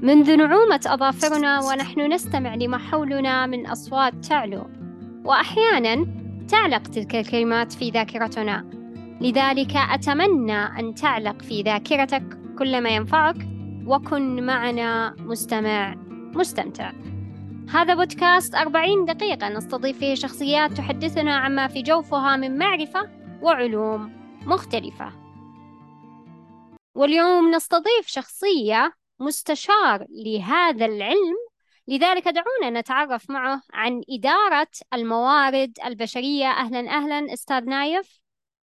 منذ نعومة أظافرنا ونحن نستمع لما حولنا من أصوات تعلو، وأحياناً تعلق تلك الكلمات في ذاكرتنا. لذلك أتمنى أن تعلق في ذاكرتك كل ما ينفعك، وكن معنا مستمع مستمتع. هذا بودكاست 40 دقيقة نستضيف فيه شخصيات تحدثنا عما في جوفها من معرفة وعلوم مختلفة. واليوم نستضيف شخصية مستشار لهذا العلم، لذلك دعونا نتعرف معه عن إدارة الموارد البشرية. أهلا أهلا أستاذ نايف.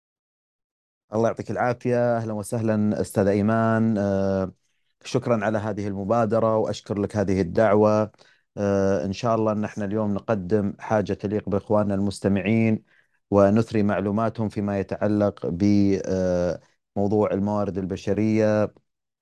الله يعطيك العافية. أهلا وسهلا أستاذ إيمان. شكرا على هذه المبادرة وأشكر لك هذه الدعوة. إن شاء الله أن احنا اليوم نقدم حاجة تليق بإخواننا المستمعين ونثري معلوماتهم فيما يتعلق بموضوع الموارد البشرية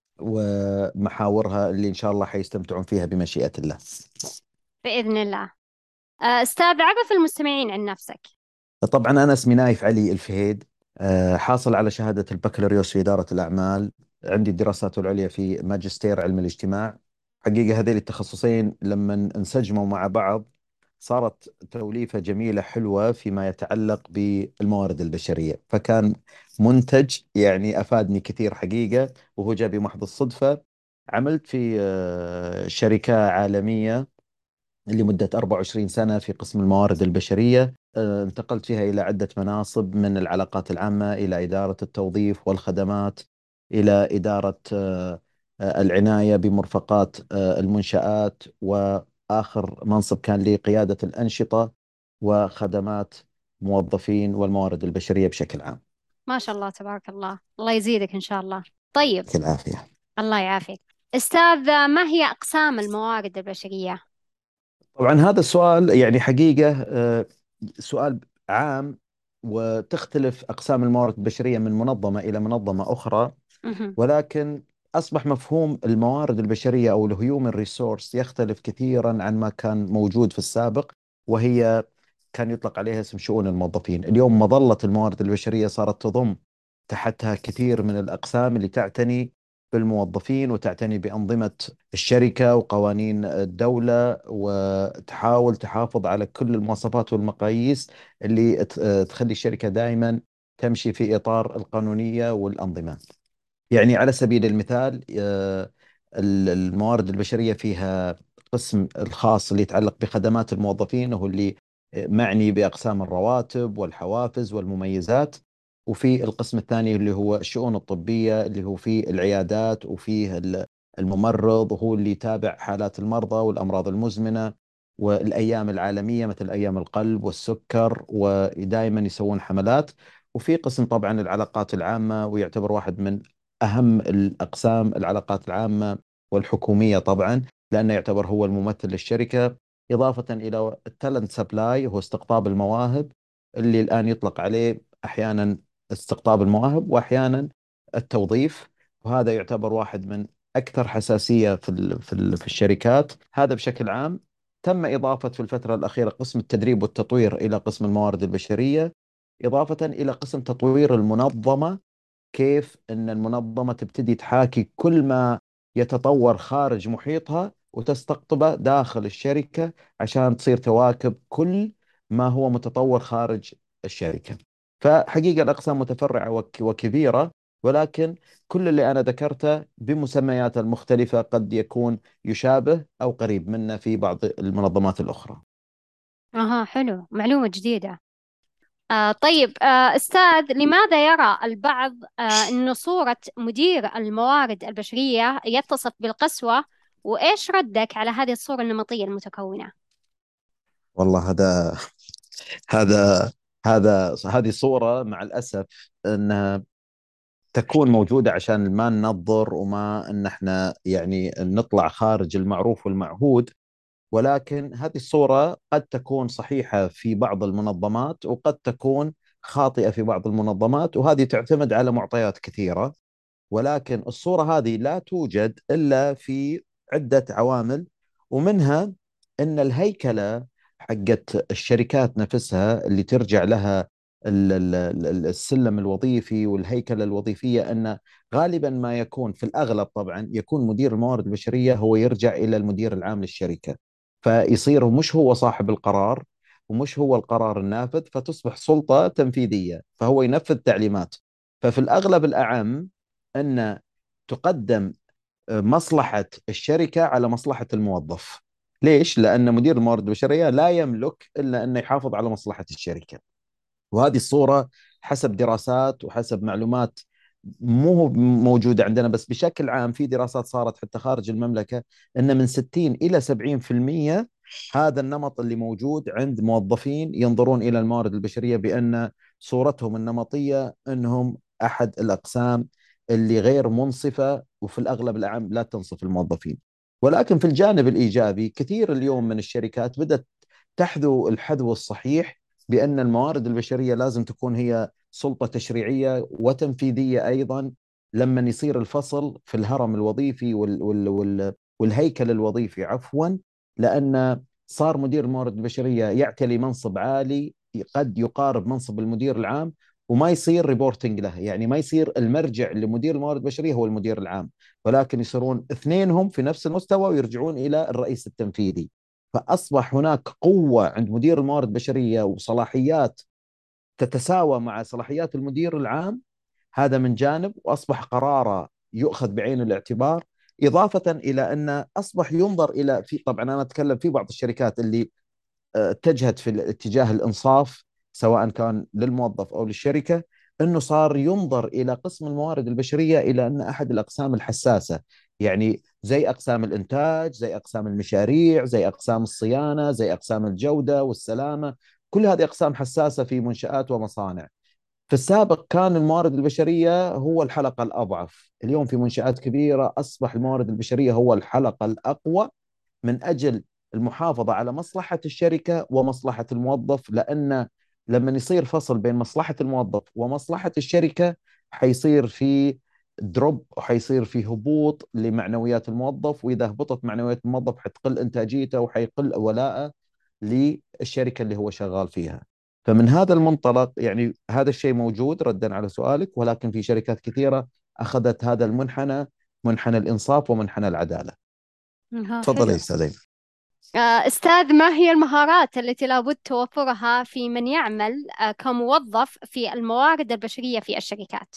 ومحاورها اللي إن شاء الله حيستمتعون فيها بمشيئة الله. بإذن الله. أستاذ، عرف المستمعين عن نفسك. طبعا أنا اسمي نايف علي الفهيد. حاصل على شهادة البكالوريوس في إدارة الأعمال. عندي الدراسات العليا في ماجستير علم الاجتماع. حقيقة هذين التخصصين لما انسجموا مع بعض صارت توليفة جميلة حلوة فيما يتعلق بالموارد البشرية، فكان منتج يعني أفادني كثير حقيقة، وهو جاء بمحض الصدفة. عملت في شركة عالمية لمدة 24 سنة في قسم الموارد البشرية. انتقلت فيها إلى عدة مناصب، من العلاقات العامة إلى إدارة التوظيف والخدمات، إلى إدارة العناية بمرفقات المنشآت، وآخر منصب كان لي قيادة الأنشطة وخدمات موظفين والموارد البشرية بشكل عام. ما شاء الله تبارك الله، الله يزيدك إن شاء الله. طيب، يعطيك العافية. الله يعافيك. أستاذ، ما هي أقسام الموارد البشرية؟ طبعا هذا السؤال يعني حقيقة سؤال عام، وتختلف أقسام الموارد البشرية من منظمة إلى منظمة أخرى. مهم. ولكن أصبح مفهوم الموارد البشرية أو الهيومن ريسورس يختلف كثيرا عن ما كان موجود في السابق، وهي كان يطلق عليها اسم شؤون الموظفين. اليوم مظلة الموارد البشرية صارت تضم تحتها كثير من الأقسام اللي تعتني بالموظفين وتعتني بأنظمة الشركة وقوانين الدولة، وتحاول تحافظ على كل المواصفات والمقاييس اللي تخلي الشركة دائما تمشي في إطار القانونية والأنظمة. يعني على سبيل المثال الموارد البشرية فيها قسم الخاص اللي يتعلق بخدمات الموظفين، وهو اللي معني بأقسام الرواتب والحوافز والمميزات. وفي القسم الثاني اللي هو الشؤون الطبية، اللي هو فيه العيادات وفيه الممرض، وهو اللي يتابع حالات المرضى والأمراض المزمنة والأيام العالمية مثل أيام القلب والسكر، ودائما يسوون حملات. وفي قسم طبعا العلاقات العامة، ويعتبر واحد من أهم الأقسام العلاقات العامة والحكومية طبعا، لأنه يعتبر هو الممثل للشركة. إضافة إلى التالنت سبلاي، هو استقطاب المواهب، اللي الآن يطلق عليه أحيانا استقطاب المواهب وأحيانا التوظيف. وهذا يعتبر واحد من أكثر حساسية في الشركات. هذا بشكل عام. تم إضافة في الفترة الأخيرة قسم التدريب والتطوير إلى قسم الموارد البشرية، إضافة إلى قسم تطوير المنظمة، كيف أن المنظمة تبتدي تحاكي كل ما يتطور خارج محيطها وتستقطبه داخل الشركة عشان تصير تواكب كل ما هو متطور خارج الشركة. فحقيقة الأقسام متفرعة وكبيرة، ولكن كل اللي أنا ذكرته بمسميات المختلفة قد يكون يشابه أو قريب منه في بعض المنظمات الأخرى. أها، حلو، معلومة جديدة. طيب، أستاذ، لماذا يرى البعض أن صورة مدير الموارد البشرية يتصف بالقسوة؟ وإيش ردك على هذه الصورة النمطية المتكونة؟ والله هذا هذه صورة مع الأسف أنها تكون موجودة عشان ما ننظر وما ان احنا يعني نطلع خارج المعروف والمعهود. ولكن هذه الصورة قد تكون صحيحة في بعض المنظمات وقد تكون خاطئة في بعض المنظمات، وهذه تعتمد على معطيات كثيرة. ولكن الصورة هذه لا توجد إلا في عدة عوامل، ومنها أن الهيكلة حقت الشركات نفسها اللي ترجع لها السلم الوظيفي والهيكلة الوظيفية، أن غالبا ما يكون في الأغلب طبعا يكون مدير الموارد البشرية هو يرجع إلى المدير العام للشركة، فيصير مش هو صاحب القرار ومش هو القرار النافذ، فتصبح سلطة تنفيذية، فهو ينفذ تعليمات. ففي الأغلب الأعم أن تقدم مصلحة الشركة على مصلحة الموظف. ليش؟ لأن مدير الموارد البشرية لا يملك إلا أن يحافظ على مصلحة الشركة. وهذه الصورة حسب دراسات وحسب معلومات مو موجودة عندنا بس، بشكل عام في دراسات صارت حتى خارج المملكة أن من 60 إلى 70% هذا النمط اللي موجود عند موظفين ينظرون إلى الموارد البشرية، بأن صورتهم النمطية أنهم أحد الأقسام اللي غير منصفة، وفي الأغلب الأعم لا تنصف الموظفين. ولكن في الجانب الإيجابي كثير اليوم من الشركات بدأت تحذو الحذو الصحيح، بأن الموارد البشرية لازم تكون هي سلطة تشريعية وتنفيذية أيضا. لما يصير الفصل في الهرم الوظيفي والهيكل الوظيفي عفوا، لأن صار مدير الموارد البشرية يعتلي منصب عالي قد يقارب منصب المدير العام، وما يصير ريبورتنج له، يعني ما يصير المرجع لمدير الموارد البشرية هو المدير العام، ولكن يصيرون اثنينهم في نفس المستوى ويرجعون إلى الرئيس التنفيذي. فأصبح هناك قوة عند مدير الموارد البشرية وصلاحيات تتساوى مع صلاحيات المدير العام، هذا من جانب، وأصبح قراره يؤخذ بعين الاعتبار. إضافة إلى أن أصبح ينظر إلى، في طبعا أنا أتكلم في بعض الشركات اللي اتجهت في الاتجاه الإنصاف سواء كان للموظف أو للشركة، أنه صار ينظر إلى قسم الموارد البشرية إلى أن أحد الأقسام الحساسة، يعني زي أقسام الإنتاج، زي أقسام المشاريع، زي أقسام الصيانة، زي أقسام الجودة والسلامة. كل هذه أقسام حساسة في منشآت ومصانع. في السابق كان الموارد البشرية هو الحلقة الأضعف، اليوم في منشآت كبيرة أصبح الموارد البشرية هو الحلقة الأقوى، من أجل المحافظة على مصلحة الشركة ومصلحة الموظف. لأن لما يصير فصل بين مصلحة الموظف ومصلحة الشركة حيصير في دروب، وحيصير في هبوط لمعنويات الموظف، وإذا هبطت معنويات الموظف حتقل إنتاجيته وحيقل ولاءه للشركة اللي هو شغال فيها. فمن هذا المنطلق يعني هذا الشيء موجود ردا على سؤالك، ولكن في شركات كثيرة أخذت هذا المنحنى، منحنى الإنصاف ومنحنى العدالة. تفضل يا حلو. أستاذ. أستاذ، ما هي المهارات التي لابد توفرها في من يعمل كموظف في الموارد البشرية في الشركات؟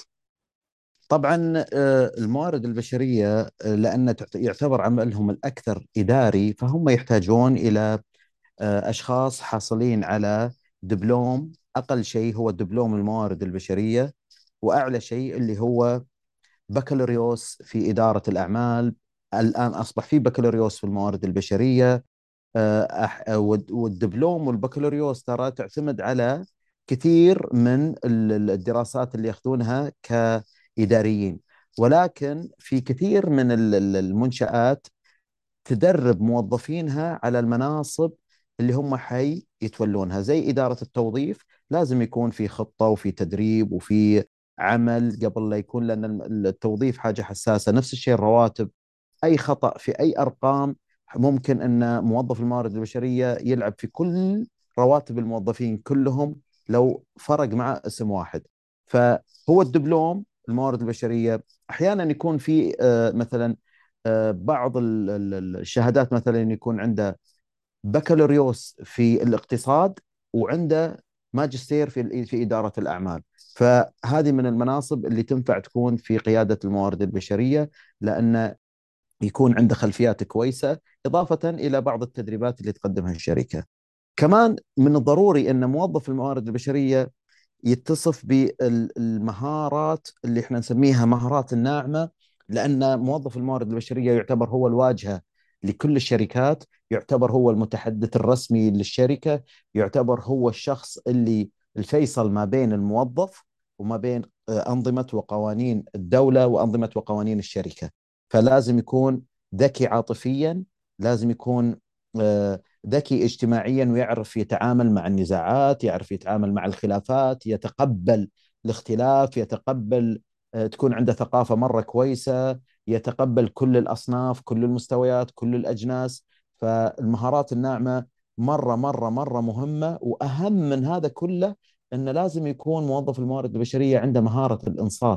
طبعا الموارد البشرية لأن يعتبر عملهم الأكثر إداري، فهم يحتاجون إلى أشخاص حاصلين على دبلوم، أقل شيء هو دبلوم الموارد البشرية، وأعلى شيء اللي هو بكالوريوس في إدارة الأعمال. الآن أصبح في بكالوريوس في الموارد البشرية. والدبلوم والبكالوريوس ترى تعتمد على كثير من الدراسات اللي ياخذونها كإداريين، ولكن في كثير من المنشآت تدرب موظفينها على المناصب اللي هم حي يتولونها، زي إدارة التوظيف لازم يكون في خطة وفي تدريب وفي عمل قبل لا يكون، لأن التوظيف حاجة حساسة. نفس الشيء الرواتب، أي خطأ في أي أرقام ممكن أن موظف الموارد البشرية يلعب في كل رواتب الموظفين كلهم لو فرق مع اسم واحد. فهو الدبلوم الموارد البشرية أحيانا يكون في مثلا بعض الشهادات، مثلا يكون عنده بكالوريوس في الاقتصاد وعنده ماجستير في إدارة الأعمال. فهذه من المناصب اللي تنفع تكون في قيادة الموارد البشرية، لأن يكون عنده خلفيات كويسة، إضافة إلى بعض التدريبات اللي تقدمها الشركة. كمان من الضروري أن موظف الموارد البشرية يتصف بالمهارات اللي احنا نسميها مهارات الناعمة، لأن موظف الموارد البشرية يعتبر هو الواجهة لكل الشركات، يعتبر هو المتحدث الرسمي للشركة، يعتبر هو الشخص اللي الفيصل ما بين الموظف وما بين أنظمة وقوانين الدولة وأنظمة وقوانين الشركة. فلازم يكون ذكي عاطفيا، لازم يكون ذكي اجتماعيا، ويعرف يتعامل مع النزاعات، يعرف يتعامل مع الخلافات، يتقبل الاختلاف، يتقبل تكون عنده ثقافة مرة كويسة، يتقبل كل الأصناف، كل المستويات، كل الأجناس. فالمهارات الناعمة مرة مرة مرة مهمة. وأهم من هذا كله أنه لازم يكون موظف الموارد البشرية عنده مهارة الإنصات،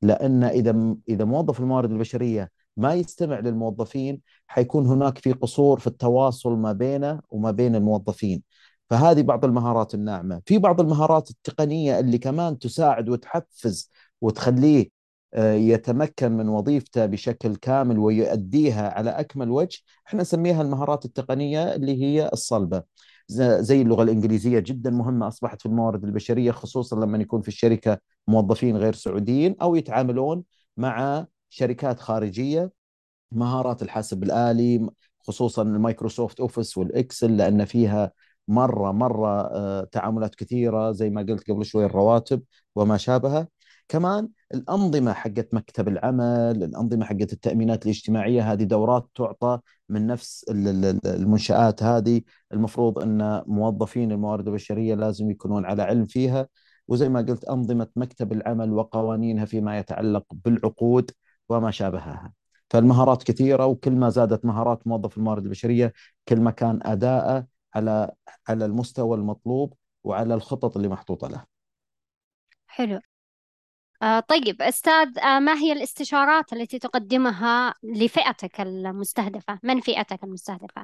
لأن إذا موظف الموارد البشرية ما يستمع للموظفين، حيكون هناك في قصور في التواصل ما بينه وما بين الموظفين. فهذه بعض المهارات الناعمة. في بعض المهارات التقنية اللي كمان تساعد وتحفز وتخليه يتمكن من وظيفته بشكل كامل ويؤديها على أكمل وجه. احنا نسميها المهارات التقنية اللي هي الصلبة. زي اللغة الإنجليزية جدا مهمة أصبحت في الموارد البشرية، خصوصا لما يكون في الشركة موظفين غير سعوديين أو يتعاملون مع شركات خارجية. مهارات الحاسب الآلي، خصوصا المايكروسوفت أوفيس والإكسل، لأن فيها مرة تعاملات كثيرة زي ما قلت قبل شوي، الرواتب وما شابهه. كمان الأنظمة حقت مكتب العمل، الأنظمة حقت التأمينات الاجتماعية، هذه دورات تعطى من نفس المنشآت هذه. المفروض أن موظفين الموارد البشرية لازم يكونون على علم فيها. وزي ما قلت أنظمة مكتب العمل وقوانينها فيما يتعلق بالعقود وما شابهها. فالمهارات كثيرة، وكل ما زادت مهارات موظف الموارد البشرية كل ما كان أداءه على المستوى المطلوب وعلى الخطط اللي محطوطة له. حلو. طيب أستاذ، ما هي الاستشارات التي تقدمها لفئتك المستهدفة؟ من فئتك المستهدفة؟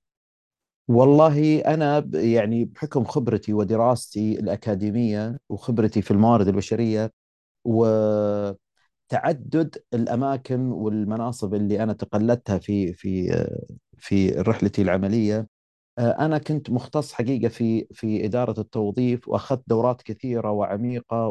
والله أنا يعني بحكم خبرتي ودراستي الأكاديمية وخبرتي في الموارد البشرية وتعدد الأماكن والمناصب اللي أنا تقلدتها في رحلتي العملية، أنا كنت مختص حقيقة في إدارة التوظيف، وأخذت دورات كثيرة وعميقة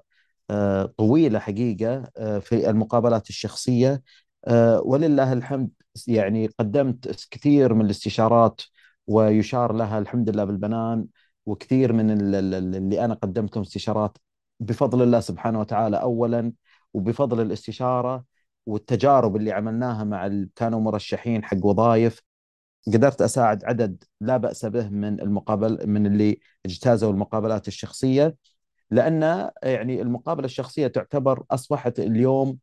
وطويلة حقيقة في المقابلات الشخصية. ولله الحمد، يعني قدمت كثير من الاستشارات ويشار لها الحمد لله بالبنان. وكثير من اللي أنا قدمتهم استشارات بفضل الله سبحانه وتعالى أولا، وبفضل الاستشارة والتجارب اللي عملناها مع كانوا مرشحين حق وظائف، قدرت أساعد عدد لا بأس به من اللي اجتازوا المقابلات الشخصية. لأن يعني المقابلة الشخصية تعتبر أصبحت اليوم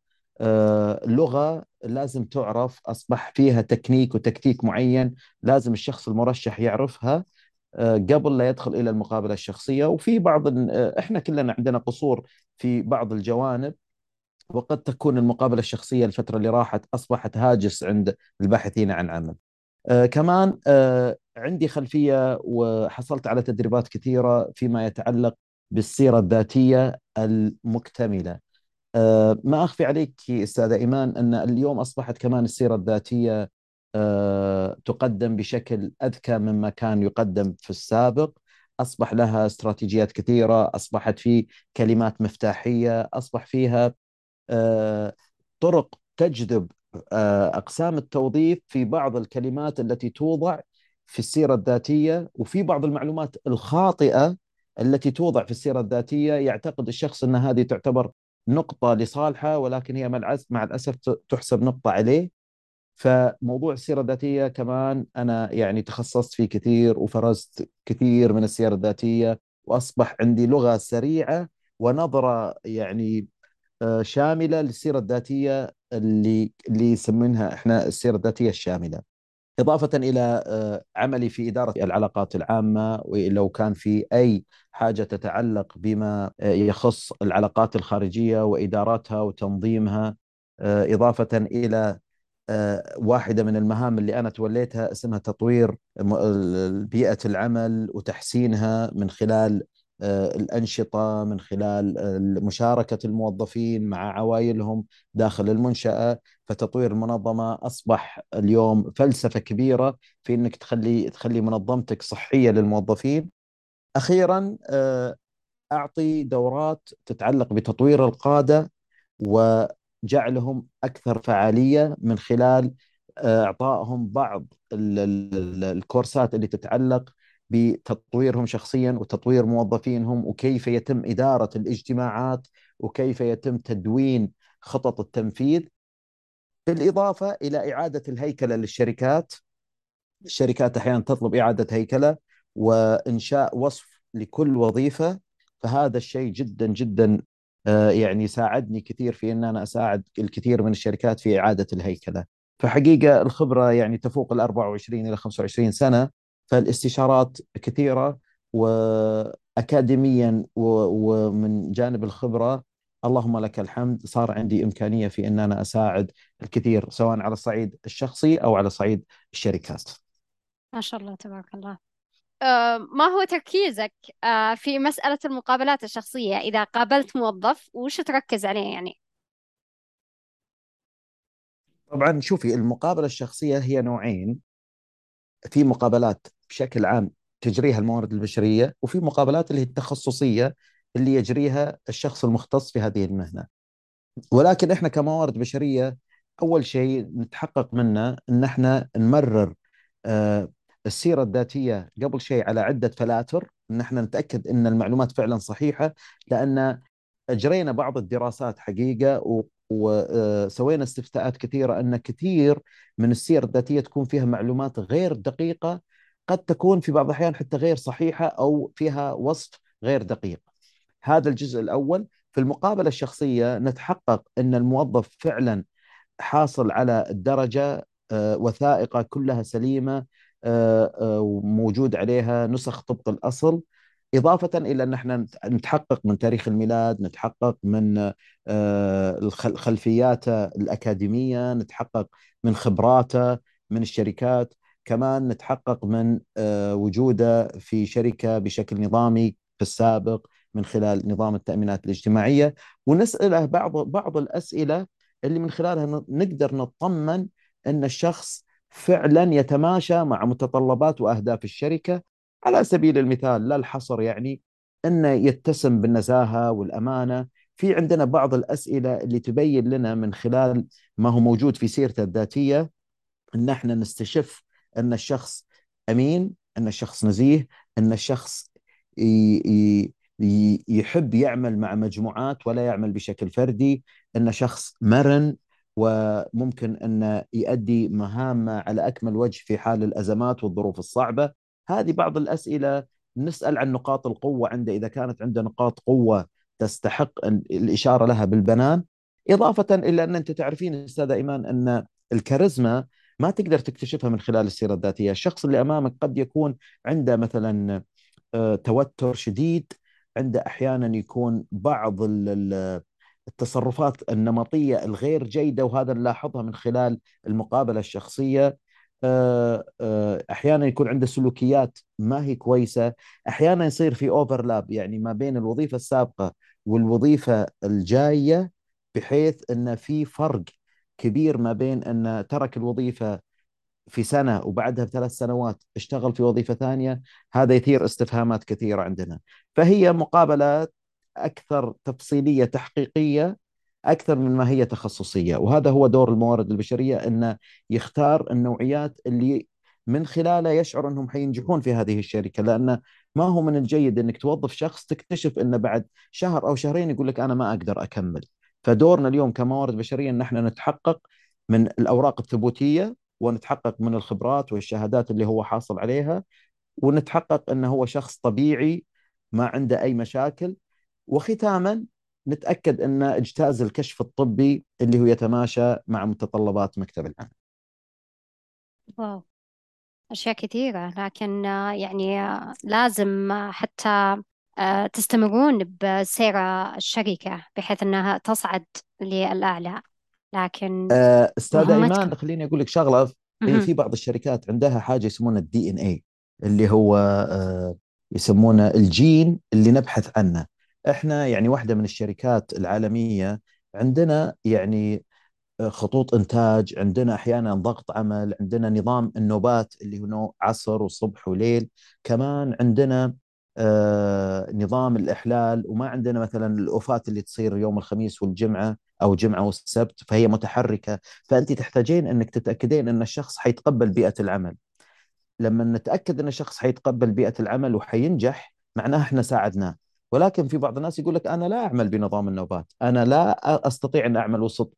لغة لازم تعرف، أصبح فيها تكنيك وتكتيك معين لازم الشخص المرشح يعرفها قبل لا يدخل إلى المقابلة الشخصية. وفي بعض إحنا كلنا عندنا قصور في بعض الجوانب، وقد تكون المقابلة الشخصية الفترة اللي راحت أصبحت هاجس عند الباحثين عن عمل. كمان عندي خلفية وحصلت على تدريبات كثيرة فيما يتعلق بالسيرة الذاتية المكتملة. ما أخفي عليك أستاذة إيمان أن اليوم أصبحت كمان السيرة الذاتية تقدم بشكل أذكى مما كان يقدم في السابق. أصبح لها استراتيجيات كثيرة، أصبحت في كلمات مفتاحية، أصبح فيها آه، طرق تجذب أقسام التوظيف في بعض الكلمات التي توضع في السيرة الذاتية، وفي بعض المعلومات الخاطئة التي توضع في السيرة الذاتية يعتقد الشخص أن هذه تعتبر نقطة لصالحه، ولكن هي مع الأسف تحسب نقطة عليه. فموضوع السيرة الذاتية كمان أنا يعني تخصصت فيه كثير وفرزت كثير من السيرة الذاتية، وأصبح عندي لغة سريعة ونظرة يعني شاملة للسيرة الذاتية اللي يسمونها احنا السيرة الذاتية الشاملة. إضافة إلى عملي في إدارة العلاقات العامة، ولو كان في أي حاجة تتعلق بما يخص العلاقات الخارجية وإدارتها وتنظيمها. إضافة إلى واحدة من المهام اللي أنا توليتها اسمها تطوير بيئة العمل وتحسينها من خلال الأنشطة، من خلال مشاركة الموظفين مع عوائلهم داخل المنشأة. فتطوير المنظمة أصبح اليوم فلسفة كبيرة في أنك تخلي منظمتك صحية للموظفين. أخيرا أعطي دورات تتعلق بتطوير القادة وجعلهم أكثر فعالية من خلال إعطائهم بعض الكورسات اللي تتعلق بتطويرهم شخصيا وتطوير موظفينهم، وكيف يتم إدارة الاجتماعات، وكيف يتم تدوين خطط التنفيذ، بالإضافة إلى إعادة الهيكلة للشركات. الشركات أحيانا تطلب إعادة هيكلة وإنشاء وصف لكل وظيفة. فهذا الشيء جدا جدا يعني ساعدني كثير في أن أنا أساعد الكثير من الشركات في إعادة الهيكلة. فحقيقة الخبرة يعني تفوق 24 إلى 25 سنة. فالاستشارات كثيرة، وأكاديميا ومن جانب الخبرة اللهم لك الحمد، صار عندي إمكانية في أن أنا أساعد الكثير سواء على الصعيد الشخصي أو على صعيد الشركات. ما شاء الله تبارك الله. ما هو تركيزك في مسألة المقابلات الشخصية؟ إذا قابلت موظف وش تركز عليه يعني؟ طبعا شوفي، المقابلة الشخصية هي نوعين. في مقابلات بشكل عام تجريها الموارد البشرية، وفي مقابلات اللي هي التخصصية اللي يجريها الشخص المختص في هذه المهنة. ولكن احنا كموارد بشرية، اول شيء نتحقق منه ان احنا نمرر آه، السيرة الذاتية قبل شيء على عدة فلاتر، ان احنا نتأكد ان المعلومات فعلا صحيحة. لان اجرينا بعض الدراسات حقيقة وسوينا استفتاءات كثيرة ان كثير من السير الذاتية تكون فيها معلومات غير دقيقة، قد تكون في بعض الأحيان حتى غير صحيحة أو فيها وصف غير دقيق. هذا الجزء الأول. في المقابلة الشخصية نتحقق أن الموظف فعلا حاصل على الدرجة، وثائقة كلها سليمة، وموجود عليها نسخ طبق الأصل. إضافة إلى أن احنا نتحقق من تاريخ الميلاد، نتحقق من خلفياته الأكاديمية، نتحقق من خبراته من الشركات. كمان نتحقق من وجوده في شركة بشكل نظامي في السابق من خلال نظام التأمينات الاجتماعية. ونسأله بعض الأسئلة اللي من خلالها نقدر نطمن أن الشخص فعلا يتماشى مع متطلبات وأهداف الشركة. على سبيل المثال لا الحصر، يعني أنه يتسم بالنزاهة والأمانة. في عندنا بعض الأسئلة اللي تبين لنا من خلال ما هو موجود في سيرته الذاتية ان احنا نستشف ان الشخص امين، ان الشخص نزيه، ان الشخص يحب يعمل مع مجموعات ولا يعمل بشكل فردي، ان شخص مرن وممكن ان يؤدي مهامه على اكمل وجه في حال الازمات والظروف الصعبه. هذه بعض الاسئله. نسال عن نقاط القوه عنده، اذا كانت عنده نقاط قوه تستحق الاشاره لها بالبنان. اضافه الى ان انت تعرفين استاذ ايمان ان الكاريزما ما تقدر تكتشفها من خلال السيرة الذاتية. الشخص اللي أمامك قد يكون عنده مثلا توتر شديد، عنده أحيانا يكون بعض التصرفات النمطية الغير جيدة، وهذا نلاحظها من خلال المقابلة الشخصية. أحيانا يكون عنده سلوكيات ما هي كويسة. أحيانا يصير في أوفرلاب يعني ما بين الوظيفة السابقة والوظيفة الجاية، بحيث أن في فرق كبير ما بين أن ترك الوظيفة في سنة وبعدها ب3 سنوات اشتغل في وظيفة ثانية. هذا يثير استفهامات كثيرة عندنا. فهي مقابلات أكثر تفصيلية تحقيقية أكثر من ما هي تخصصية. وهذا هو دور الموارد البشرية، أنه يختار النوعيات اللي من خلالها يشعر أنهم حينجحون في هذه الشركة. لأن ما هو من الجيد أنك توظف شخص تكتشف أنه بعد شهر أو شهرين يقول لك أنا ما أقدر أكمل. فدورنا اليوم كموارد بشرية أن احنا نتحقق من الأوراق الثبوتية، ونتحقق من الخبرات والشهادات اللي هو حاصل عليها، ونتحقق أنه هو شخص طبيعي ما عنده أي مشاكل. وختاما نتأكد أن اجتاز الكشف الطبي اللي هو يتماشى مع متطلبات مكتب العمل. واو، أشياء كثيرة. لكن يعني لازم حتى تستمرون بسير الشركة بحيث أنها تصعد للأعلى. لكن استاذ مهمتكم. ايمان، خليني اقول لك شغله. مهم. في بعض الشركات عندها حاجه يسمونها الدي ان اي، اللي هو يسمونه الجين اللي نبحث عنه. احنا يعني واحده من الشركات العالميه، عندنا يعني خطوط إنتاج، عندنا أحيانا ضغط عمل، عندنا نظام النوبات اللي هو عصر وصبح وليل. كمان عندنا نظام الإحلال. وما عندنا مثلا الأوفات اللي تصير يوم الخميس والجمعة أو جمعة والسبت، فهي متحركة. فأنت تحتاجين أنك تتأكدين أن الشخص حيتقبل بيئة العمل. لما نتأكد أن الشخص حيتقبل بيئة العمل وحينجح، معناها احنا ساعدناه. ولكن في بعض الناس يقول لك أنا لا أعمل بنظام النوبات، أنا لا أستطيع أن أعمل وسط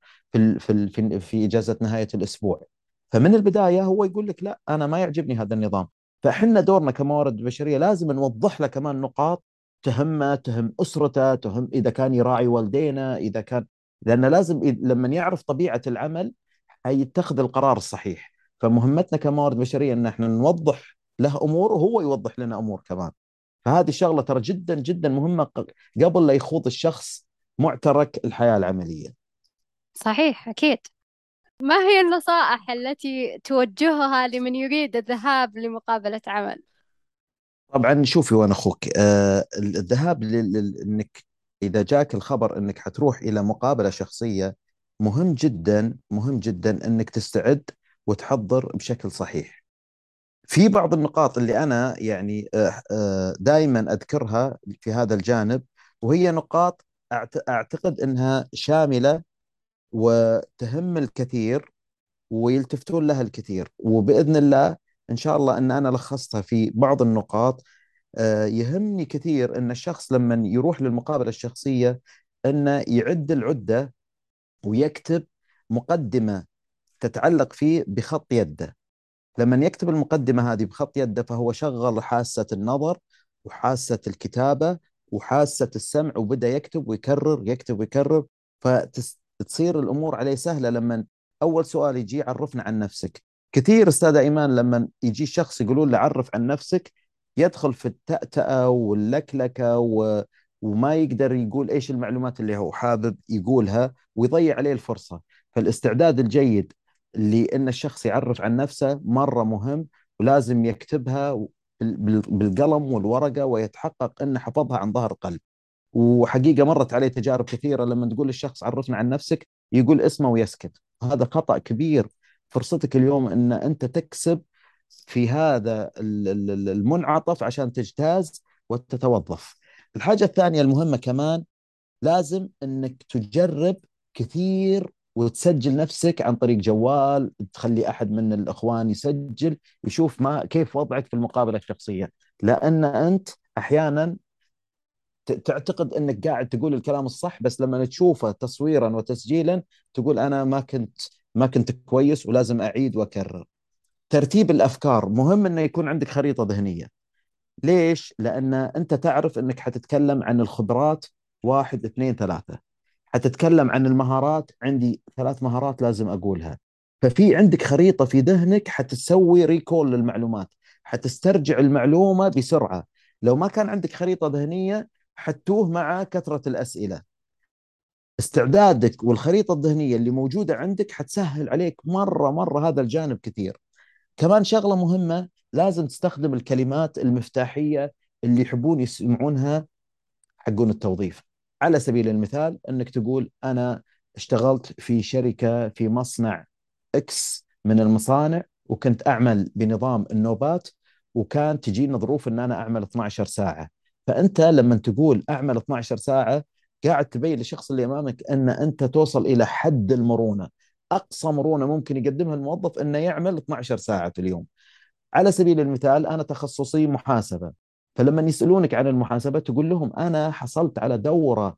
في إجازة نهاية الأسبوع. فمن البداية هو يقول لك لا، أنا ما يعجبني هذا النظام. فإحنا دورنا كموارد بشرية لازم نوضح له كمان نقاط تهمه، تهم أسرته، تهم إذا كان يراعي والدينا، إذا كان، لأنه لازم لما يعرف طبيعة العمل يتخذ القرار الصحيح. فمهمتنا كموارد بشريه ان احنا نوضح له امور وهو يوضح لنا امور كمان. فهذه الشغله ترى جدا جدا مهمه قبل لا يخوض الشخص معترك الحياة العملية. صحيح، أكيد. ما هي النصائح التي توجهها لمن يريد الذهاب لمقابلة عمل؟ طبعا شوفي، وانا اخوك، الذهاب انك اذا جاك الخبر انك حتروح الى مقابلة شخصية، مهم جدا مهم جدا انك تستعد وتحضر بشكل صحيح. في بعض النقاط اللي انا يعني دائما اذكرها في هذا الجانب، وهي نقاط اعتقد انها شاملة وتهم الكثير ويلتفتون لها الكثير، وبإذن الله إن شاء الله أن أنا لخصتها في بعض النقاط. يهمني كثير أن الشخص لما يروح للمقابلة الشخصية أنه يعد العدة ويكتب مقدمة تتعلق فيه بخط يده. لما يكتب المقدمة هذه بخط يده فهو شغل حاسة النظر وحاسة الكتابة وحاسة السمع، وبدأ يكتب ويكرر يكتب ويكرر، فتصير الأمور عليه سهلة. لما أول سؤال يجي عرفنا عن نفسك، كثير أستاذ إيمان لما يجي شخص يقولون له عرف عن نفسك يدخل في التأتأة واللكلكة وما يقدر يقول إيش المعلومات اللي هو حابب يقولها ويضيع عليه الفرصة. فالاستعداد الجيد لأن الشخص يعرف عن نفسه مرة مهم، ولازم يكتبها بالقلم والورقة ويتحقق أنه حفظها عن ظهر قلب. وحقيقة مرت علي تجارب كثيرة لما تقول للشخص عرفنا عن نفسك يقول اسمه ويسكت، هذا خطأ كبير. فرصتك اليوم أن أنت تكسب في هذا المنعطف عشان تجتاز وتتوظف. الحاجة الثانية المهمة كمان، لازم انك تجرب كثير وتسجل نفسك عن طريق جوال، تخلي احد من الاخوان يسجل يشوف ما كيف وضعك في المقابله الشخصيه. لان انت احيانا تعتقد انك قاعد تقول الكلام الصح، بس لما تشوفه تصويرا وتسجيلا تقول انا ما كنت كويس ولازم اعيد واكرر. ترتيب الافكار مهم، انه يكون عندك خريطه ذهنيه. ليش؟ لأن أنت تعرف أنك حتتكلم عن الخبرات، واحد اثنين ثلاثة. حتتكلم عن المهارات، عندي 3 مهارات لازم أقولها. ففي عندك خريطة في ذهنك حتسوي ريكول للمعلومات، حتسترجع المعلومة بسرعة. لو ما كان عندك خريطة ذهنية حتوه مع كثرة الأسئلة. استعدادك والخريطة الذهنية اللي موجودة عندك حتسهل عليك مرة مرة هذا الجانب كثير. كمان شغلة مهمة، لازم تستخدم الكلمات المفتاحية اللي يحبون يسمعونها حقون التوظيف. على سبيل المثال أنك تقول أنا اشتغلت في شركة في مصنع إكس من المصانع، وكنت أعمل بنظام النوبات، وكان تجيني ظروف أن أنا أعمل 12 ساعة. فأنت لما تقول أعمل 12 ساعة قاعد تبين للشخص اللي أمامك أن أنت توصل إلى حد المرونة. أقصى مرونة ممكن يقدمها الموظف أنه يعمل 12 ساعة في اليوم. على سبيل المثال أنا تخصصي محاسبة، فلما يسألونك عن المحاسبة تقول لهم أنا حصلت على دورة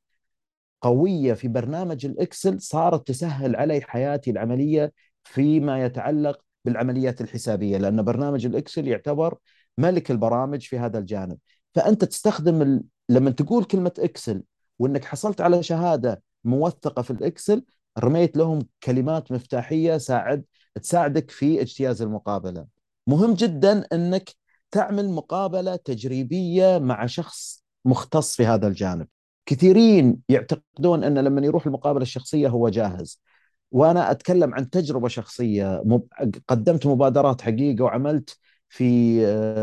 قوية في برنامج الإكسل صارت تسهل علي حياتي العملية فيما يتعلق بالعمليات الحسابية، لأن برنامج الإكسل يعتبر ملك البرامج في هذا الجانب. فأنت تستخدم لما تقول كلمة إكسل وأنك حصلت على شهادة موثقة في الإكسل، رميت لهم كلمات مفتاحية تساعدك في اجتياز المقابلة. مهم جدا أنك تعمل مقابلة تجريبية مع شخص مختص في هذا الجانب. كثيرين يعتقدون أن لما يروح المقابلة الشخصية هو جاهز، وأنا أتكلم عن تجربة شخصية. قدمت مبادرات حقيقة وعملت في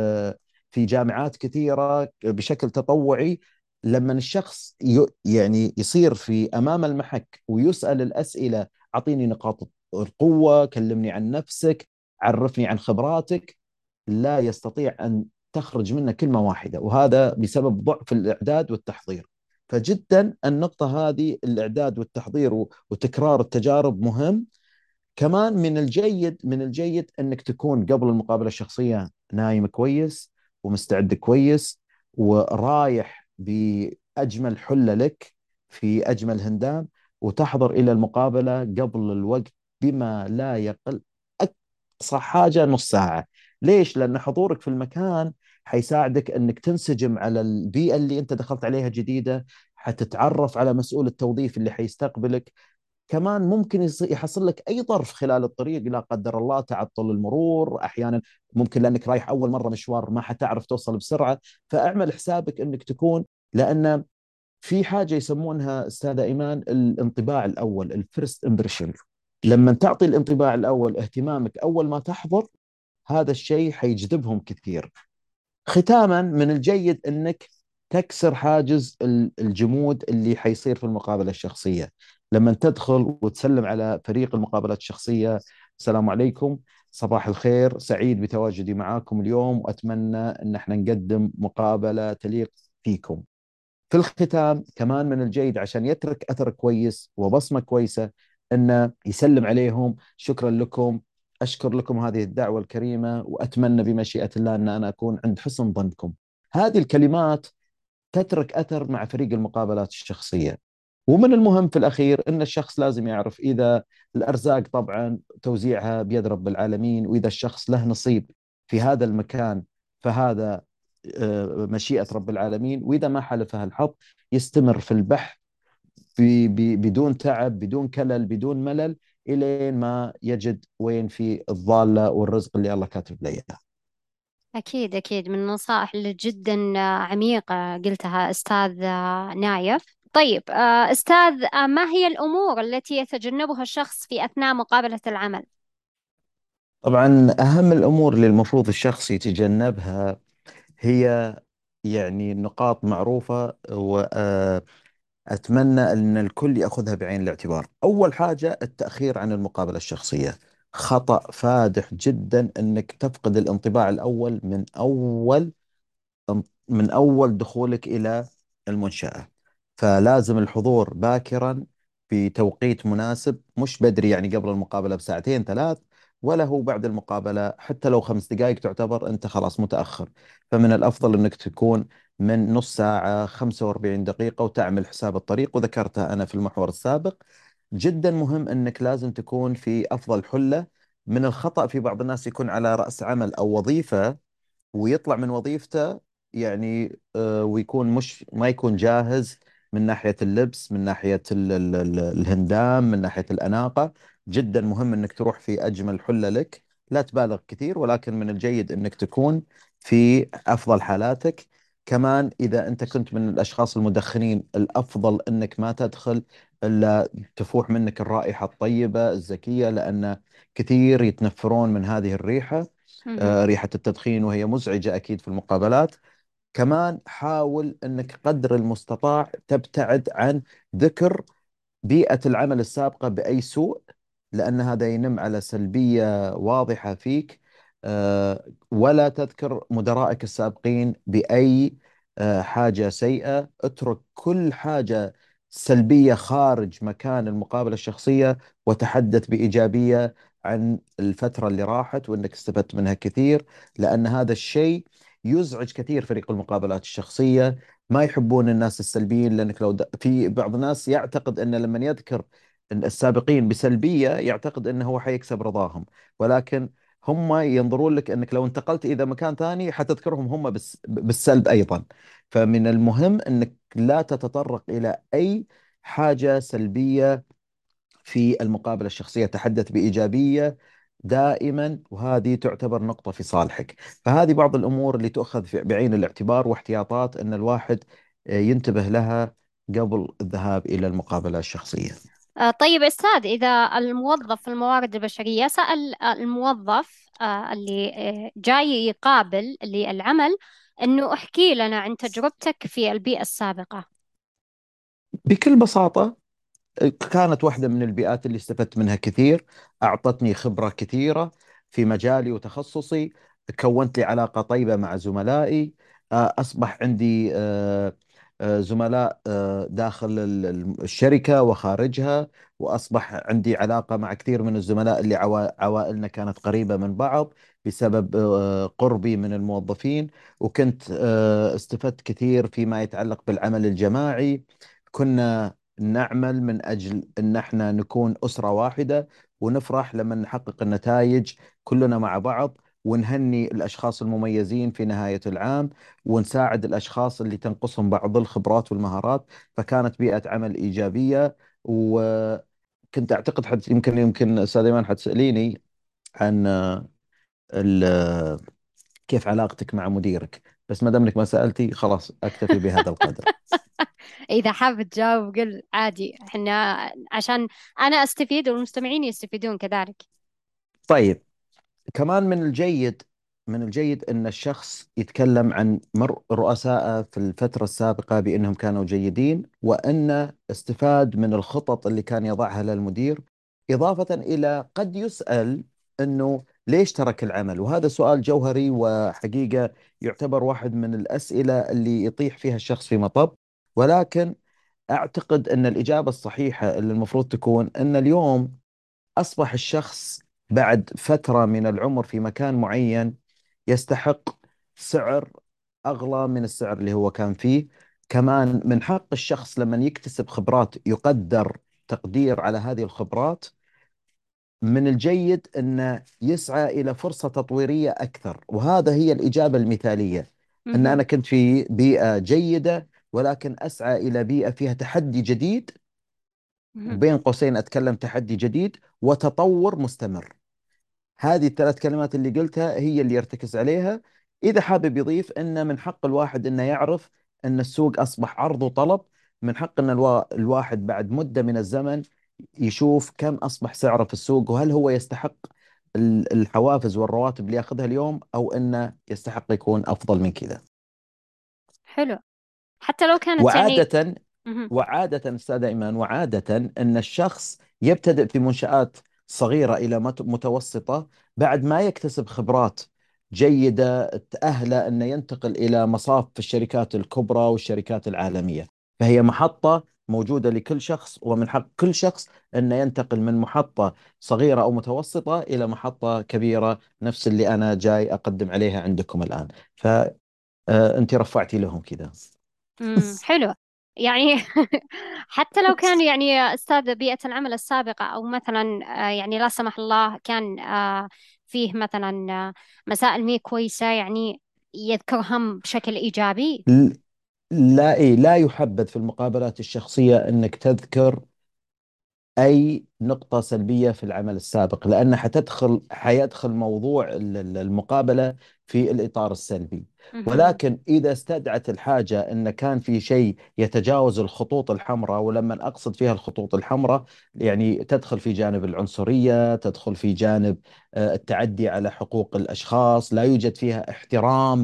في جامعات كثيرة بشكل تطوعي. لما الشخص يعني يصير في أمام المحك ويسأل الأسئلة، أعطيني نقاط القوة، كلمني عن نفسك، عرفني عن خبراتك، لا يستطيع أن تخرج منه كلمة واحدة، وهذا بسبب ضعف الإعداد والتحضير. فجدا النقطة هذه، الإعداد والتحضير وتكرار التجارب مهم. كمان من الجيد أنك تكون قبل المقابلة الشخصية نايم كويس ومستعد كويس ورايح بأجمل حلة لك في أجمل هندام، وتحضر إلى المقابلة قبل الوقت بما لا يقل أقصى حاجة نص ساعة. ليش؟ لأن حضورك في المكان حيساعدك أنك تنسجم على البيئة اللي أنت دخلت عليها جديدة، حتتعرف على مسؤول التوظيف اللي حيستقبلك. كمان ممكن يحصل لك أي ظرف خلال الطريق، لا قدر الله تعطل المرور أحيانا، ممكن لأنك رايح أول مرة مشوار ما حتعرف توصل بسرعة. فأعمل حسابك أنك تكون، لأن في حاجة يسمونها أستاذة إيمان الانطباع الأول، الفيرست امبريشن. لما تعطي الانطباع الأول اهتمامك أول ما تحضر، هذا الشيء حيجذبهم كثير. ختاما، من الجيد أنك تكسر حاجز الجمود اللي حيصير في المقابلة الشخصية. لما تدخل وتسلم على فريق المقابلات الشخصية: السلام عليكم، صباح الخير، سعيد بتواجدي معاكم اليوم، وأتمنى أن احنا نقدم مقابلة تليق فيكم. في الختام كمان من الجيد عشان يترك أثر كويس وبصمة كويسة، أنه يسلم عليهم: شكرا لكم، أشكر لكم هذه الدعوة الكريمة، وأتمنى بمشيئة الله أن أنا أكون عند حسن ظنكم. هذه الكلمات تترك أثر مع فريق المقابلات الشخصية. ومن المهم في الأخير أن الشخص لازم يعرف إذا الأرزاق طبعا توزيعها بيد رب العالمين، وإذا الشخص له نصيب في هذا المكان فهذا مشيئة رب العالمين، وإذا ما حالفها الحظ يستمر في البحث بدون تعب، بدون كلل، بدون ملل، إلين ما يجد وين في الضالة والرزق اللي الله كاتب له إياه. أكيد أكيد، من النصائح اللي جدا عميقة قلتها أستاذ نايف. طيب أستاذ، ما هي الأمور التي يتجنبها الشخص في أثناء مقابلة العمل؟ طبعا أهم الأمور اللي المفروض الشخص يتجنبها هي يعني نقاط معروفة، وأتمنى أن الكل يأخذها بعين الاعتبار. أول حاجة التأخير عن المقابلة الشخصية. خطأ فادح جدا أنك تفقد الانطباع الأول من أول دخولك إلى المنشأة. فلازم الحضور باكرا بتوقيت مناسب، مش بدري يعني قبل المقابلة بساعتين ثلاث، ولا هو بعد المقابلة حتى لو 5 دقائق تعتبر أنت خلاص متأخر. فمن الأفضل أنك تكون من نص ساعة 45 دقيقة وتعمل حساب الطريق، وذكرتها أنا في المحور السابق. جدا مهم أنك لازم تكون في أفضل حلة. من الخطأ في بعض الناس يكون على رأس عمل أو وظيفة، ويطلع من وظيفته يعني ويكون مش ما يكون جاهز من ناحية اللبس، من ناحية الهندام، من ناحية الأناقة. جدا مهم أنك تروح في أجمل حلة لك، لا تبالغ كثير، ولكن من الجيد أنك تكون في أفضل حالاتك. كمان إذا أنت كنت من الأشخاص المدخنين، الأفضل أنك ما تدخل إلا تفوح منك الرائحة الطيبة الزكية، لأن كثير يتنفرون من هذه الريحة، مهم. ريحة التدخين، وهي مزعجة أكيد في المقابلات. كمان حاول أنك قدر المستطاع تبتعد عن ذكر بيئة العمل السابقة بأي سوء، لأن هذا ينم على سلبية واضحة فيك. ولا تذكر مدرائك السابقين بأي حاجة سيئة. اترك كل حاجة سلبية خارج مكان المقابلة الشخصية، وتحدث بإيجابية عن الفترة اللي راحت وأنك استفدت منها كثير، لأن هذا الشيء يزعج كثير فريق المقابلات الشخصية. ما يحبون الناس السلبيين، لأنك لو في بعض الناس يعتقد أن لما يذكر السابقين بسلبية يعتقد أنه هو حيكسب رضاهم، ولكن هم ينظرون لك أنك لو انتقلت إذا مكان ثاني حتذكرهم هم بالسلب أيضا. فمن المهم أنك لا تتطرق إلى أي حاجة سلبية في المقابلة الشخصية، تحدث بإيجابية دائما، وهذه تعتبر نقطة في صالحك. فهذه بعض الأمور اللي تؤخذ بعين الاعتبار، واحتياطات أن الواحد ينتبه لها قبل الذهاب إلى المقابلة الشخصية. طيب أستاذ، إذا الموظف في الموارد البشرية سأل الموظف اللي جاي يقابل للعمل إنه احكي لنا عن تجربتك في البيئة السابقة. بكل بساطة، كانت واحدة من البيئات اللي استفدت منها كثير، أعطتني خبرة كثيرة في مجالي وتخصصي، كونت لي علاقة طيبة مع زملائي، أصبح عندي زملاء داخل الشركة وخارجها، وأصبح عندي علاقة مع كثير من الزملاء اللي عوائلنا كانت قريبة من بعض بسبب قربي من الموظفين. وكنت استفدت كثير فيما يتعلق بالعمل الجماعي. كنا نعمل من أجل أن احنا نكون أسرة واحدة، ونفرح لما نحقق النتائج كلنا مع بعض، ونهني الأشخاص المميزين في نهاية العام، ونساعد الأشخاص اللي تنقصهم بعض الخبرات والمهارات. فكانت بيئة عمل إيجابية. وكنت أعتقد يمكن أستاذ إيمان حتسأليني عن كيف علاقتك مع مديرك، بس ما دام انك ما سألتي خلاص أكتفي بهذا القدر. إذا حاب تجاوب قل عادي، احنا عشان أنا أستفيد والمستمعين يستفيدون كذلك. طيب، كمان من الجيد أن الشخص يتكلم عن مر رؤسائه في الفترة السابقة بأنهم كانوا جيدين، وأنه استفاد من الخطط اللي كان يضعها للمدير. إضافة إلى قد يسأل أنه ليش ترك العمل، وهذا سؤال جوهري وحقيقة يعتبر واحد من الأسئلة اللي يطيح فيها الشخص في مطب. ولكن أعتقد أن الإجابة الصحيحة اللي المفروض تكون أن اليوم أصبح الشخص بعد فترة من العمر في مكان معين يستحق سعر أغلى من السعر اللي هو كان فيه. كمان من حق الشخص لما يكتسب خبرات يقدر تقدير على هذه الخبرات. من الجيد أنه يسعى إلى فرصة تطويرية أكثر، وهذا هي الإجابة المثالية. أن مهم. أنا كنت في بيئة جيدة، ولكن أسعى إلى بيئة فيها تحدي جديد، مهم. بين قوسين أتكلم تحدي جديد وتطور مستمر. هذه الثلاث كلمات اللي قلتها هي اللي يرتكز عليها. إذا حابب يضيف أن من حق الواحد أنه يعرف أن السوق أصبح عرض وطلب. من حق أن الواحد بعد مدة من الزمن يشوف كم أصبح سعره في السوق، وهل هو يستحق الحوافز والرواتب اللي ياخذها اليوم، أو أنه يستحق يكون أفضل من كذا. حلو. حتى لو كانت يعني. وعادة مهم. وعادة أستاذ إيمان، وعادة أن الشخص يبتدئ في منشآت صغيرة إلى متوسطة، بعد ما يكتسب خبرات جيدة تأهله أنه ينتقل إلى مصاف في الشركات الكبرى والشركات العالمية. فهي محطة موجودة لكل شخص، ومن حق كل شخص أنه ينتقل من محطة صغيرة أو متوسطة إلى محطة كبيرة، نفس اللي أنا جاي أقدم عليها عندكم الآن. فأنت رفعتي لهم كذا. حلو. يعني حتى لو كان يعني أستاذ بيئة العمل السابقة، أو مثلا يعني لا سمح الله كان فيه مثلا مسائل مي كويسة، يعني يذكرهم بشكل إيجابي. لا، إيه، لا يحبذ في المقابلات الشخصية أنك تذكر أي نقطة سلبية في العمل السابق، لأن حيدخل موضوع المقابلة في الإطار السلبي. مهم. ولكن إذا استدعت الحاجة أن كان في شيء يتجاوز الخطوط الحمراء، ولما أقصد فيها الخطوط الحمراء يعني تدخل في جانب العنصرية، تدخل في جانب التعدي على حقوق الأشخاص، لا يوجد فيها احترام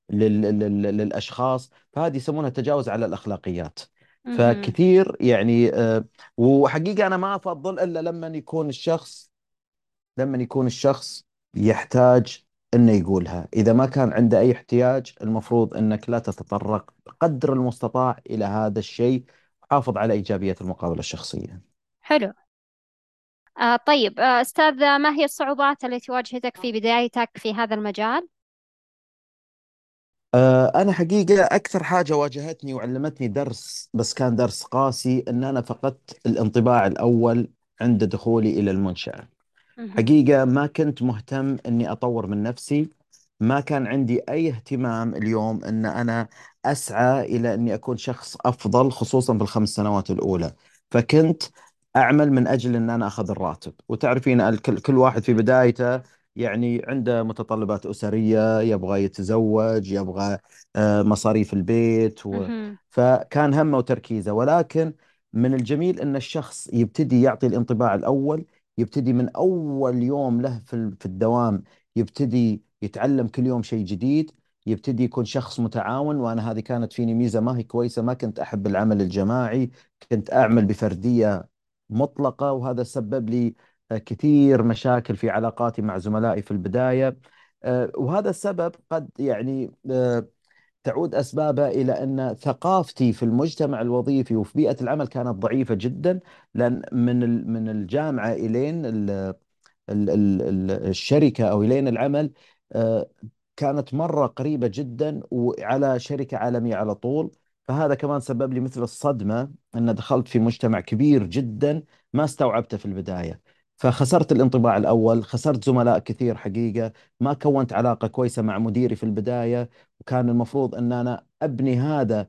للأشخاص، فهذه يسمونها تجاوز على الأخلاقيات. مهم. فكثير يعني وحقيقة أنا ما أفضل إلا لما يكون الشخص يحتاج إنه يقولها. إذا ما كان عنده أي احتياج، المفروض إنك لا تتطرق قدر المستطاع إلى هذا الشيء. حافظ على إيجابية المقابلة الشخصية. حلو. طيب أستاذ، ما هي الصعوبات التي واجهتك في بدايتك في هذا المجال؟ أنا حقيقة أكثر حاجة واجهتني وعلمتني درس، بس كان درس قاسي، إن أنا فقدت الانطباع الأول عند دخولي إلى المنشأة. مهم. حقيقة ما كنت مهتم إني أطور من نفسي. ما كان عندي أي اهتمام اليوم إن أنا أسعى إلى إني أكون شخص أفضل، خصوصا في الخمس سنوات الأولى. فكنت أعمل من أجل إن أنا أخذ الراتب. وتعرفين كل واحد في بدايته يعني عنده متطلبات أسرية، يبغى يتزوج، يبغى مصاريف البيت مهم. فكان همه وتركيزه. ولكن من الجميل أن الشخص يبتدي يعطي الانطباع الأول، يبتدي من أول يوم له في الدوام، يبتدي يتعلم كل يوم شيء جديد، يبتدي يكون شخص متعاون. وأنا هذه كانت فيني ميزة ما هي كويسة، ما كنت أحب العمل الجماعي، كنت أعمل بفردية مطلقة، وهذا سبب لي كثير مشاكل في علاقاتي مع زملائي في البداية. وهذا السبب قد يعني تعود أسبابها إلى أن ثقافتي في المجتمع الوظيفي وفي بيئة العمل كانت ضعيفة جدا. لأن من الجامعة إلين الشركة أو إلين العمل آه، كانت مرة قريبة جدا وعلى شركة عالمية على طول. فهذا كمان سبب لي مثل الصدمة، أن دخلت في مجتمع كبير جدا ما استوعبته في البداية. فخسرت الانطباع الأول، خسرت زملاء كثير حقيقة، ما كونت علاقة كويسة مع مديري في البداية. وكان المفروض أن أنا أبني هذا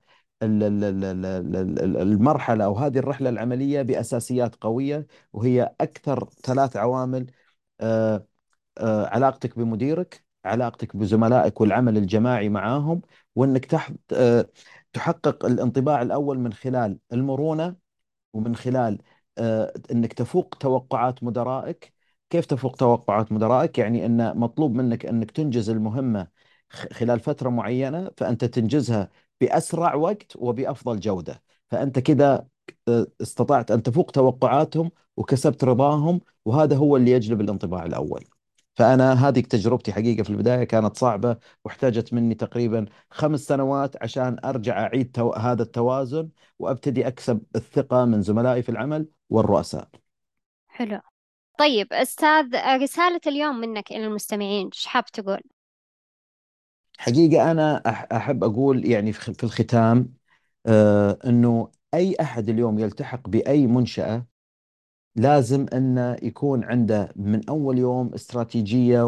المرحلة أو هذه الرحلة العملية بأساسيات قوية، وهي أكثر ثلاث عوامل: آه، علاقتك بمديرك، علاقتك بزملائك والعمل الجماعي معاهم، وانك تحقق الانطباع الأول من خلال المرونة، ومن خلال أنك تفوق توقعات مدرائك. كيف تفوق توقعات مدرائك؟ يعني أن مطلوب منك أنك تنجز المهمة خلال فترة معينة، فأنت تنجزها بأسرع وقت وبأفضل جودة. فأنت كذا استطعت أن تفوق توقعاتهم وكسبت رضاهم، وهذا هو اللي يجلب الانطباع الأول. فأنا هذه تجربتي حقيقة في البداية كانت صعبة، واحتاجت مني تقريبا 5 سنوات عشان أرجع أعيد هذا التوازن، وأبتدي أكسب الثقة من زملائي في العمل والرؤساء. حلو. طيب أستاذ، رسالة اليوم منك إلى المستمعين إيش حاب تقول؟ حقيقة أنا أحب أقول يعني في الختام أنه أي أحد اليوم يلتحق بأي منشأة لازم أنه يكون عنده من أول يوم استراتيجية،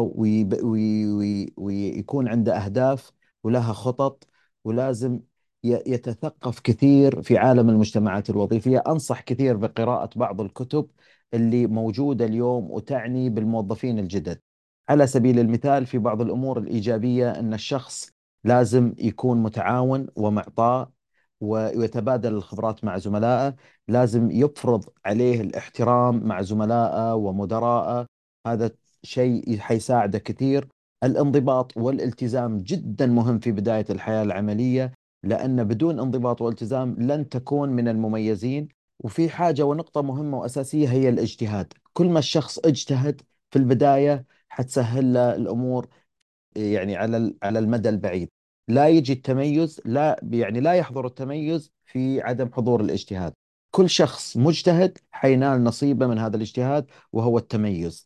ويكون عنده أهداف ولها خطط. ولازم يتثقف كثير في عالم المجتمعات الوظيفية. أنصح كثير بقراءة بعض الكتب اللي موجودة اليوم وتعني بالموظفين الجدد. على سبيل المثال، في بعض الأمور الإيجابية أن الشخص لازم يكون متعاون ومعطاء ويتبادل الخبرات مع زملائه. لازم يفرض عليه الاحترام مع زملائه ومدرائه، هذا شيء حيساعده كثير. الانضباط والالتزام جدا مهم في بداية الحياة العملية، لأن بدون انضباط والتزام لن تكون من المميزين. وفي حاجة ونقطة مهمة وأساسية هي الاجتهاد. كل ما الشخص اجتهد في البداية حتسهل له الأمور، يعني على المدى البعيد. لا يجي التميز، لا يعني لا يحضر التميز في عدم حضور الاجتهاد. كل شخص مجتهد حينال نصيبه من هذا الاجتهاد وهو التميز.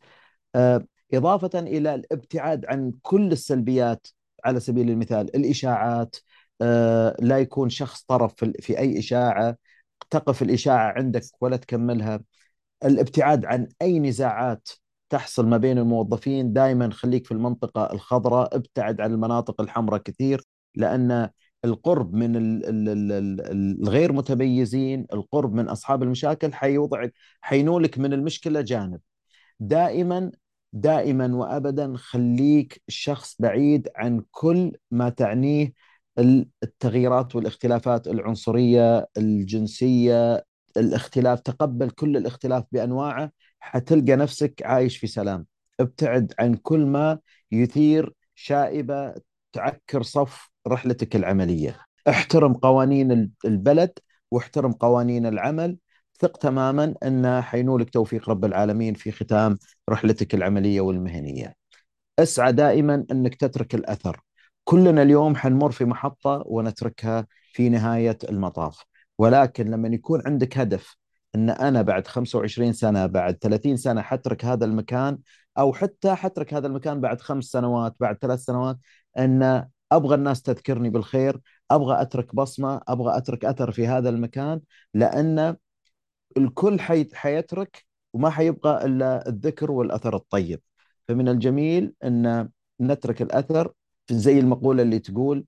إضافة إلى الابتعاد عن كل السلبيات، على سبيل المثال الإشاعات. لا يكون شخص طرف في أي إشاعة، تقف الإشاعة عندك ولا تكملها. الابتعاد عن أي نزاعات تحصل ما بين الموظفين، دائما خليك في المنطقة الخضراء، ابتعد عن المناطق الحمراء كثير. لأن القرب من الغير متميزين، القرب من أصحاب المشاكل حينولك من المشكلة جانب. دائما دائما وابدا خليك شخص بعيد عن كل ما تعنيه التغييرات والاختلافات العنصريه الجنسيه. الاختلاف، تقبل كل الاختلاف بانواعه، حتلقى نفسك عايش في سلام. ابتعد عن كل ما يثير شائبه تعكر صف رحلتك العمليه. احترم قوانين البلد واحترم قوانين العمل. ثق تماما أن حينولك توفيق رب العالمين في ختام رحلتك العملية والمهنية. اسعى دائما أنك تترك الأثر. كلنا اليوم حنمر في محطة ونتركها في نهاية المطاف، ولكن لما يكون عندك هدف أن أنا بعد 25 سنة، بعد 30 سنة حترك هذا المكان، أو حتى حترك هذا المكان بعد 5 سنوات، بعد 3 سنوات، أن أبغى الناس تذكرني بالخير، أبغى أترك بصمة، أبغى أترك أثر في هذا المكان. لأن الكل حيترك وما حيبقى إلا الذكر والأثر الطيب. فمن الجميل أن نترك الأثر، زي المقولة اللي تقول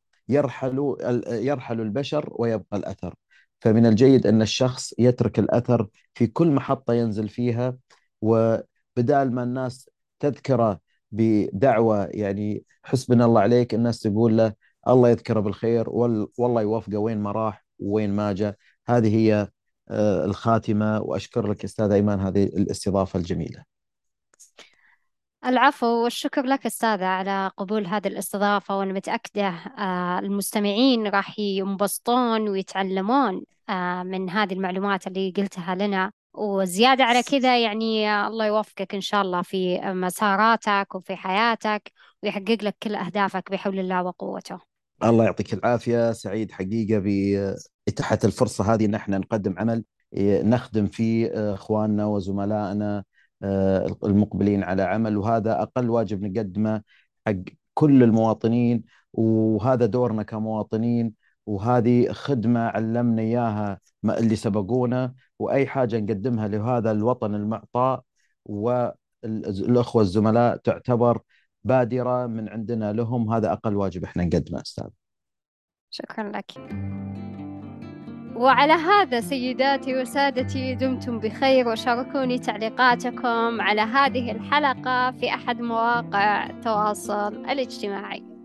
يرحل البشر ويبقى الأثر. فمن الجيد أن الشخص يترك الأثر في كل محطة ينزل فيها، وبدال ما الناس تذكره بدعوة يعني حسبنا الله عليك، الناس تقول له الله يذكره بالخير، والله يوفقه وين ما راح وين ما جاء. هذه هي الخاتمة. وأشكر لك أستاذ أيمان هذه الاستضافة الجميلة. العفو، والشكر لك أستاذة على قبول هذه الاستضافة، وأنا متأكدة المستمعين راح ينبسطون ويتعلمون من هذه المعلومات اللي قلتها لنا. وزيادة على كذا يعني الله يوفقك إن شاء الله في مساراتك وفي حياتك، ويحقق لك كل أهدافك بحول الله وقوته. الله يعطيك العافية. سعيد حقيقة بإتاحة الفرصة هذه، أن احنا نقدم عمل نخدم فيه إخواننا وزملائنا المقبلين على عمل، وهذا أقل واجب نقدمه حق كل المواطنين، وهذا دورنا كمواطنين. وهذه خدمة علمنا إياها اللي سبقونا، وأي حاجة نقدمها لهذا الوطن المعطاء والأخوة الزملاء تعتبر بادرة من عندنا لهم. هذا أقل واجب احنا نقدمه أستاذ. شكرا لك. وعلى هذا سيداتي وسادتي، دمتم بخير، وشاركوني تعليقاتكم على هذه الحلقة في أحد مواقع التواصل الاجتماعي.